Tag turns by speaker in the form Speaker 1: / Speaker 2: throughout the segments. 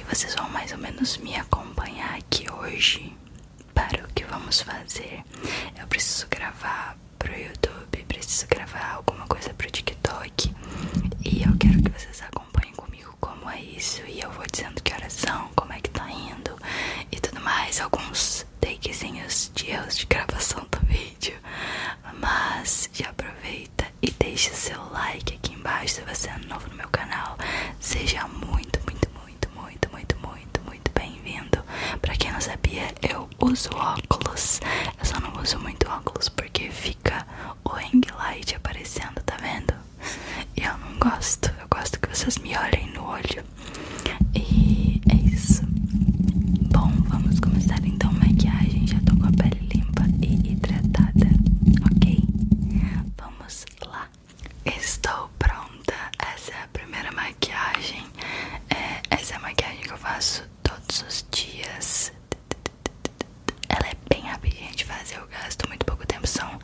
Speaker 1: vocês vão mais ou menos me acompanhar aqui hoje para o que vamos fazer. Eu preciso gravar pro YouTube, preciso gravar alguma coisa pro TikTok e eu quero que vocês acompanhem comigo como é isso. E eu vou dizendo que horas são, como é que tá indo e tudo mais. Alguns takezinhos de erros de gravação do vídeo. Mas já aproveita e deixa seu like aqui embaixo se você é novo no meu canal. Seja muito bem-vindo. Pra quem não sabia, eu uso óculos. Eu só não uso muito óculos porque fica o ring light aparecendo, tá vendo? E eu não gosto. Eu gosto que vocês me olhem no olho. E é isso. Bom, vamos começar então maquiagem. Já tô com a pele limpa e hidratada, ok? Vamos lá. Estou pronta. Essa é a primeira maquiagem. Essa é a maquiagem que eu faço todos os dias. Ela é bem rapidinha de fazer. Eu gasto muito pouco tempo. São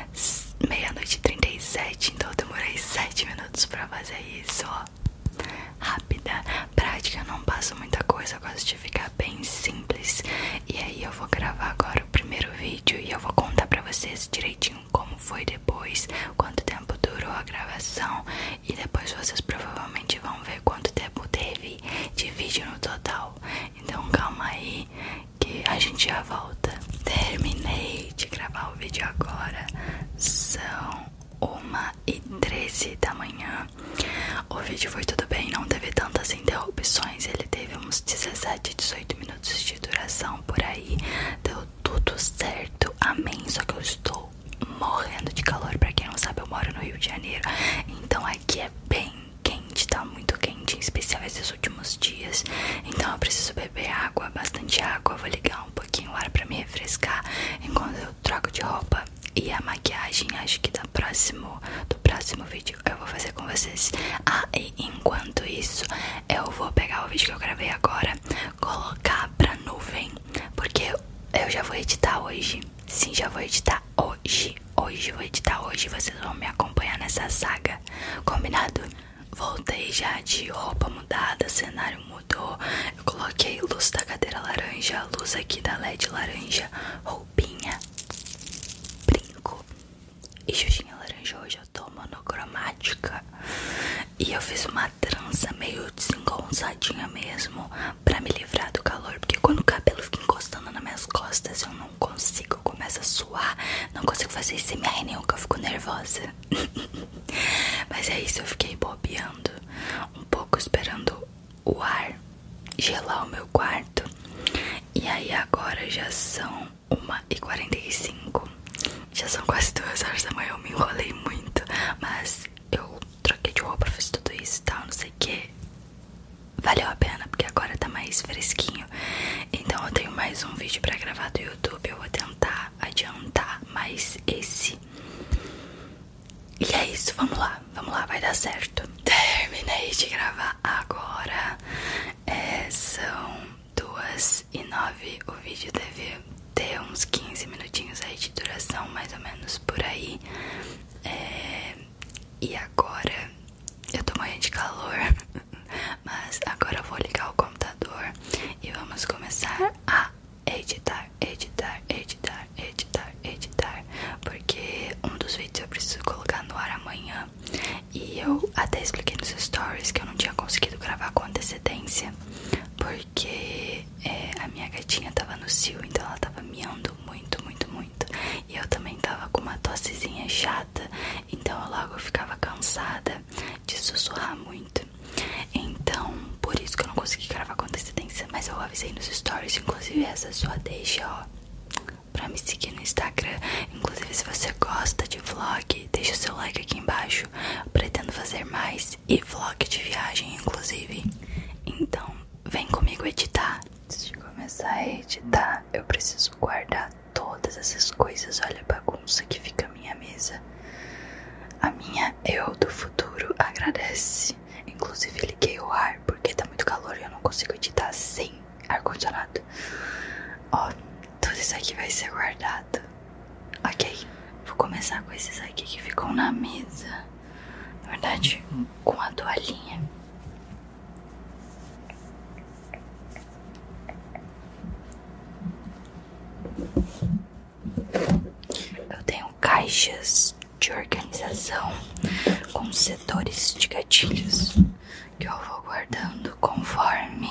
Speaker 1: 00:37. Então eu demorei 7 minutos pra fazer isso, ó. Rápida, prática, não passo muita coisa. Eu gosto de ficar bem simples. E aí eu vou gravar agora o primeiro vídeo e eu vou contar pra vocês direitinho como foi depois, quanto tempo durou a gravação. E depois vocês provavelmente vão ver quanto tempo teve de vídeo no total. Então calma aí que a gente já volta. Terminei de gravar o vídeo agora. São 1:13 da manhã. O vídeo foi tudo bem, não teve tantas interrupções. Ele teve uns 17, 18 minutos de duração por aí. Deu tudo certo, amém. Só que eu estou morrendo de calor. Pra quem não sabe, eu moro no Rio de Janeiro. Então aqui é bem quente, tá muito quente, em especial esses últimos dias. Então eu preciso beber água, bastante água. Vou ligar um pouquinho o ar pra me refrescar enquanto eu troco de roupa. E a maquiagem, acho que do próximo vídeo eu vou fazer com vocês. Ah, e enquanto isso, eu vou pegar o vídeo que eu gravei agora, colocar pra nuvem, porque eu já vou editar hoje. Sim, já vou editar hoje. Hoje vou editar hoje. Vocês vão me acompanhar nessa saga, combinado? Voltei já de roupa mudada, cenário mudou. Eu coloquei luz da cadeira laranja, luz aqui da LED laranja, roupinha, brinco e xuxinha laranja. Hoje eu tô monocromática. E eu fiz uma trança meio desengonçadinha mesmo, pra me livrar do calor. Porque quando o cabelo fica encostando nas minhas costas, eu não consigo, eu começo a suar. Não consigo fazer SMR nenhum, que eu fico nervosa. Mas é isso, eu fiquei bobeando um pouco, esperando o ar gelar o meu quarto. E aí agora já são 1:45. Já são quase 2 horas da manhã. Eu me enrolei muito, mas eu troquei de roupa, fiz tudo isso e tal, não sei o que. Valeu a pena, porque agora tá mais fresquinho. Então eu tenho mais um vídeo pra gravar do YouTube. Eu vou tentar adiantar mais esse. E é isso, vamos lá, vai dar certo. Terminei de gravar agora. São 2:09. O vídeo deve ter uns 15 minutinhos aí de duração, mais ou menos por aí. E agora eu tô morrendo de calor. Mas agora eu vou ligar o computador e vamos começar a editar. Porque um dos vídeos eu preciso colocar no ar amanhã. E eu até expliquei nos stories que eu não tinha conseguido gravar com antecedência, porque a minha gatinha tava no cio, então ela tava miando muito. E eu também tava com uma tossezinha chata, então eu logo ficava cansada de sussurrar muito. Então, por isso que eu não consegui gravar com antecedência. Mas eu avisei nos stories, inclusive essa sua deixa, ó, pra me seguir no Instagram. Inclusive, se você gosta de vlog, deixa o seu like aqui embaixo. Eu pretendo fazer mais e vlog de viagem, inclusive. Então, vem comigo editar. Antes de começar a editar, eu preciso guardar todas essas coisas. Olha a bagunça que fica a minha mesa. A minha eu do futuro agradece. Inclusive, liguei o ar porque tá muito calor e eu não consigo editar sem ar-condicionado. Ó, tudo isso aqui vai ser guardado. Ok, vou começar com esses aqui que ficam na mesa. Na verdade, com a toalhinha. caixas de organização com setores de gatilhos que eu vou guardando conforme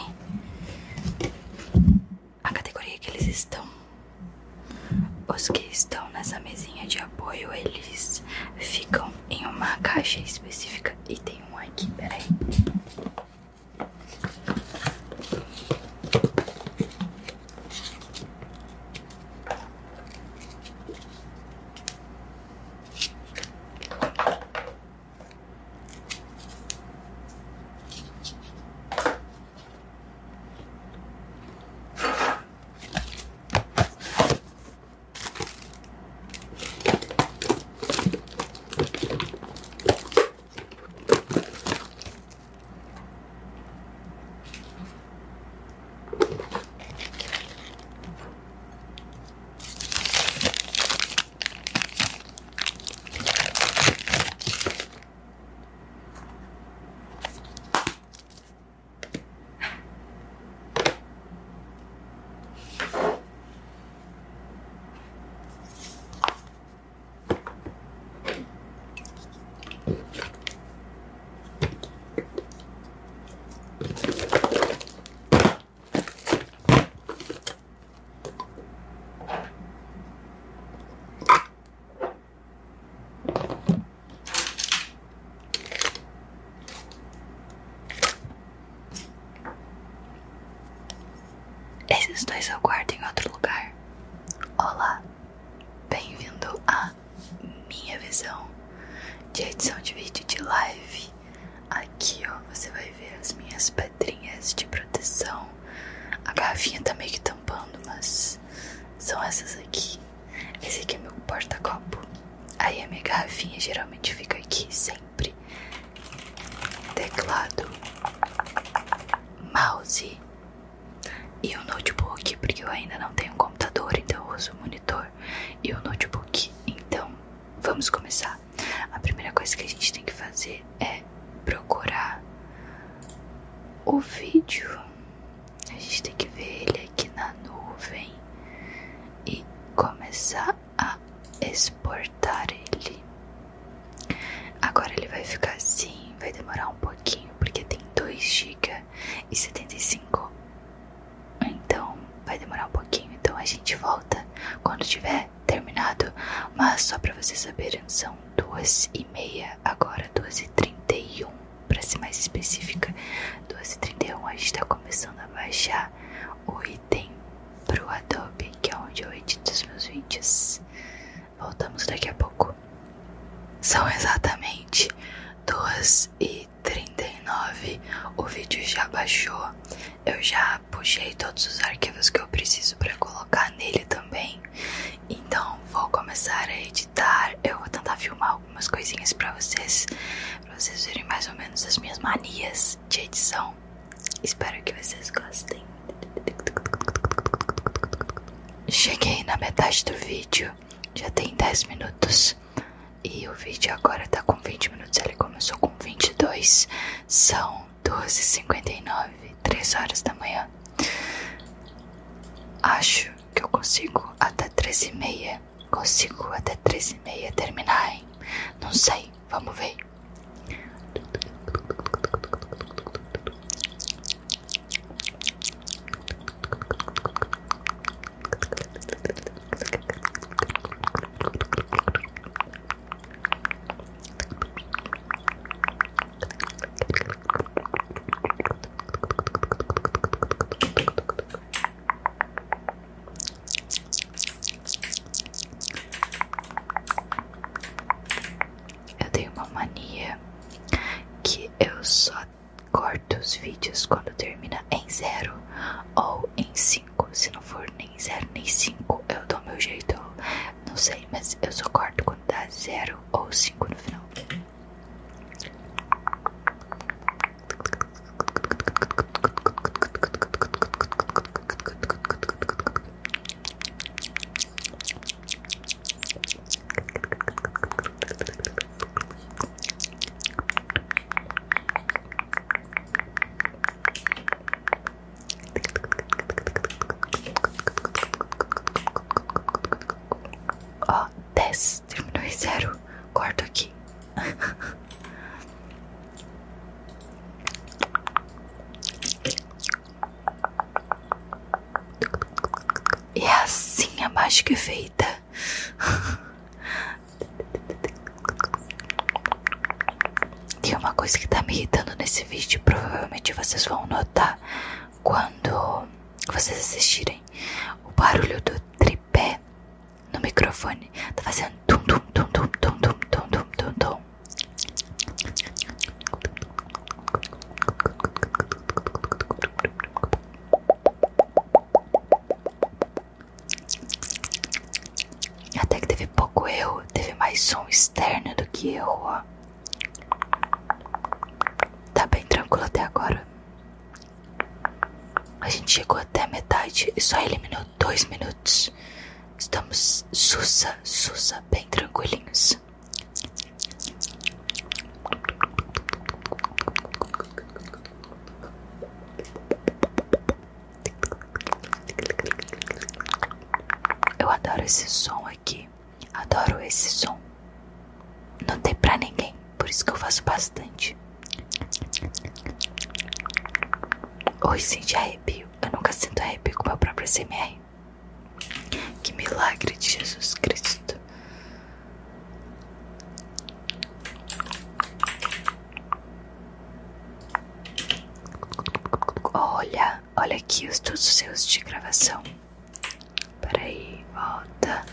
Speaker 1: a categoria que eles estão. Os que estão nessa mesinha de apoio, eles ficam em uma caixa específica. E tem um aqui, peraí. Esses dois eu guardo em outro lugar. Olá, bem-vindo à minha visão de edição de vídeo de live. Aqui, ó, você vai ver as minhas pedrinhas de proteção. A garrafinha tá meio que tampando, mas são essas aqui. Esse aqui é meu porta-copo. Aí a minha garrafinha geralmente fica aqui sempre. Teclado, mouse e o notebook, porque eu ainda não tenho um computador, então eu uso o monitor e o notebook. Então, vamos começar. A primeira coisa que a gente tem que fazer é procurar o vídeo. A gente tem que ver ele aqui na nuvem e começar a exportar ele. Agora ele vai ficar assim, vai demorar um pouquinho, porque tem 2 GB e 75. Então vai demorar um pouquinho, então a gente volta quando tiver terminado. Mas só pra vocês saberem, são 2h30, agora 2h31, pra ser mais específica. 2h31 a gente tá começando a baixar o item pro Adobe, que é onde eu edito os meus vídeos. Voltamos daqui a pouco. São exatamente 2h39. O vídeo já baixou. Eu já puxei todos os arquivos que eu preciso para colocar nele também. Então vou começar a editar. Eu vou tentar filmar algumas coisinhas para vocês verem mais ou menos as minhas manias de edição. Espero que vocês gostem. Cheguei na metade do vídeo. Já tem 10 minutos. E o vídeo agora tá com 20 minutos. Ele começou com 22. São 2h59, 3 horas da manhã. Acho que eu consigo até 13h30. Consigo até 13h30 terminar, hein? Não sei, vamos ver. Eu tenho uma mania que eu só corto os vídeos quando termina em 0 ou em 5. Se não for nem 0 nem 5, eu dou meu jeito. Eu não sei, mas eu só corto quando dá 0 ou 5 no final. Ó, 10. Terminou em sério, corto aqui. E é assim a mágica é feita. Tem uma coisa que tá me irritando nesse vídeo, provavelmente vocês vão notar quando vocês assistirem. O barulho do tripé no microfone tá fazendo tum tum tum tum tum tum tum tum tum tum. Até que teve pouco erro, teve mais som externo do que erro, ó. Tá bem tranquilo até agora. A gente chegou até a metade e só eliminou 2 minutos. Estamos sussa, bem tranquilinhos. Eu adoro esse som aqui. Adoro esse som. Não tem pra ninguém, por isso que eu faço bastante. Hoje senti arrepio. Eu nunca sinto arrepio com o meu próprio SMR. Que milagre de Jesus Cristo. Olha aqui os todos os seus de gravação. Peraí, volta.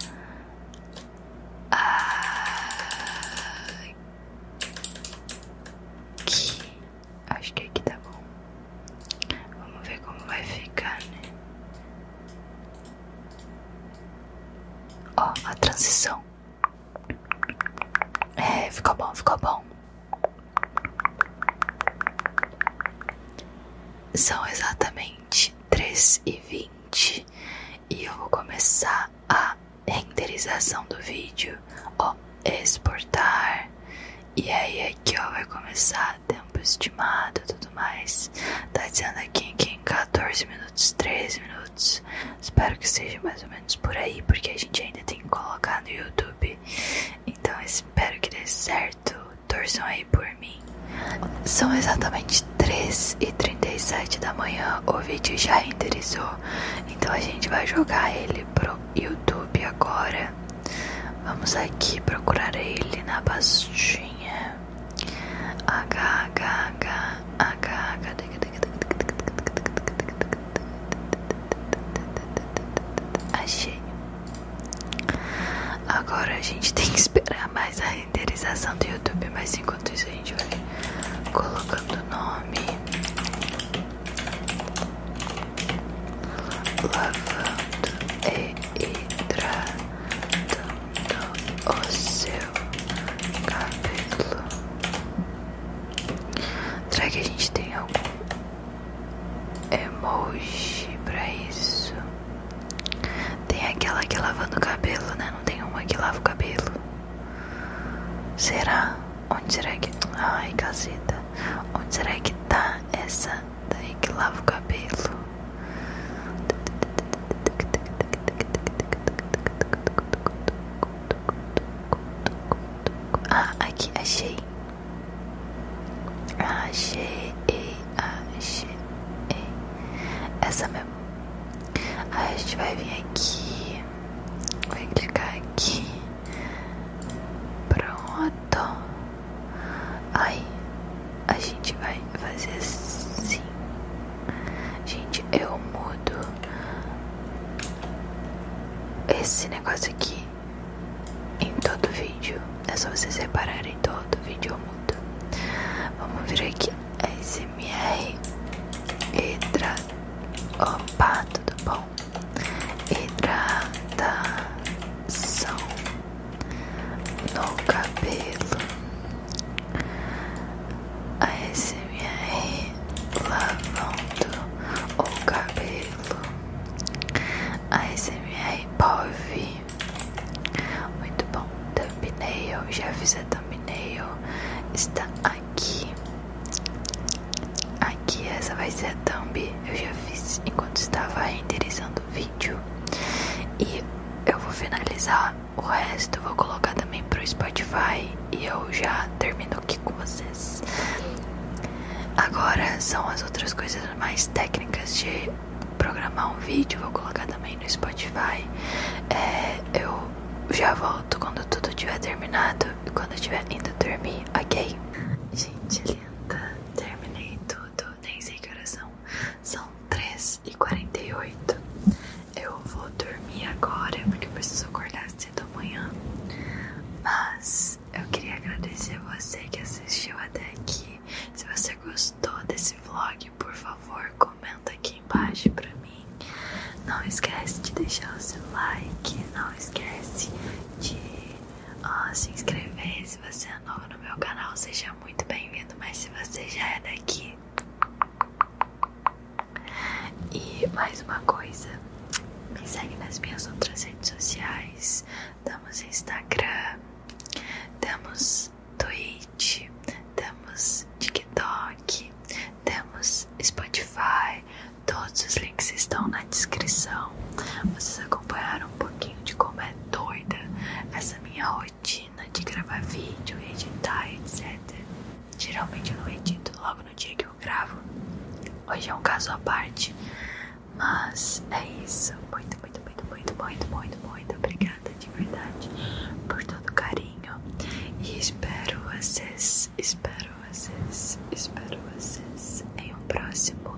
Speaker 1: Aqui. Acho que aqui tá bom. Vamos ver como vai ficar, né? Ó, a transição. É, ficou bom, ficou bom. São exatamente 3h20 e eu vou começar a renderização do vídeo. Ó, exportar. E aí aqui, ó, vai começar tempo estimado e tudo mais. Tá dizendo aqui que em 14 minutos, 13 minutos. Espero que seja mais ou menos por aí, porque a gente ainda tem que colocar no YouTube. Então espero que dê certo. Torçam aí por mim. São exatamente 3h37 da manhã. O vídeo já renderizou. Então a gente vai jogar ele pro YouTube agora. Vamos aqui procurar ele na pastinha. Achei. Agora a gente tem que esperar mais a renderização do YouTube. Mas enquanto isso a gente vai colocando o nome. Lavando e hidratando o seu cabelo. Será que a gente tem algum emoji pra isso? Tem aquela que lavando o cabelo, né? Não tem uma que lava o cabelo. Será? Onde será que... Ai, caceta. Onde será que tá essa daí que lava o cabelo? Ah, aqui, achei. Achei. Essa mesmo. Aí a gente vai vir aqui. Vai clicar aqui. Pronto. Aí a gente vai fazer assim. Gente, eu mudo esse negócio aqui em todo vídeo. É só vocês repararem, todo vídeo eu mudo. Vamos vir aqui. ASMR Opa, tudo bom? Hidratação no cabelo. ASMR lavando o cabelo. ASMR POV. Muito bom. Thumbnail, já fiz a thumbnail. Está aqui. Aqui essa vai ser a thumb. Eu já fiz enquanto estava renderizando o vídeo. E eu vou finalizar o resto. Vou colocar também pro mais técnicas de programar um vídeo, vou colocar também no Spotify. Eu já volto quando tudo tiver terminado e quando eu estiver indo dormir, ok? Gente linda, terminei tudo, nem sei que horas são 3h48. Eu vou dormir agora porque eu preciso acordar cedo amanhã. Mas eu queria agradecer você que assistiu até aqui. Se você gostou desse vlog, por favor, comenta aqui embaixo pra mim. Não esquece de deixar o seu like. Não esquece de se inscrever. Se você é novo no meu canal, seja muito bem-vindo. Mas se você já é daqui... E mais uma coisa, me segue nas minhas outras redes sociais. Temos Instagram, temos Twitch, temos TikTok, temos Spotify. Todos os links estão na descrição. Vocês acompanharam um pouquinho de como é doida essa minha rotina de gravar vídeo, editar, etc. Geralmente eu não edito logo no dia que eu gravo. Hoje é um caso à parte. Mas é isso. Muito obrigada de verdade por todo o carinho. E espero vocês em um próximo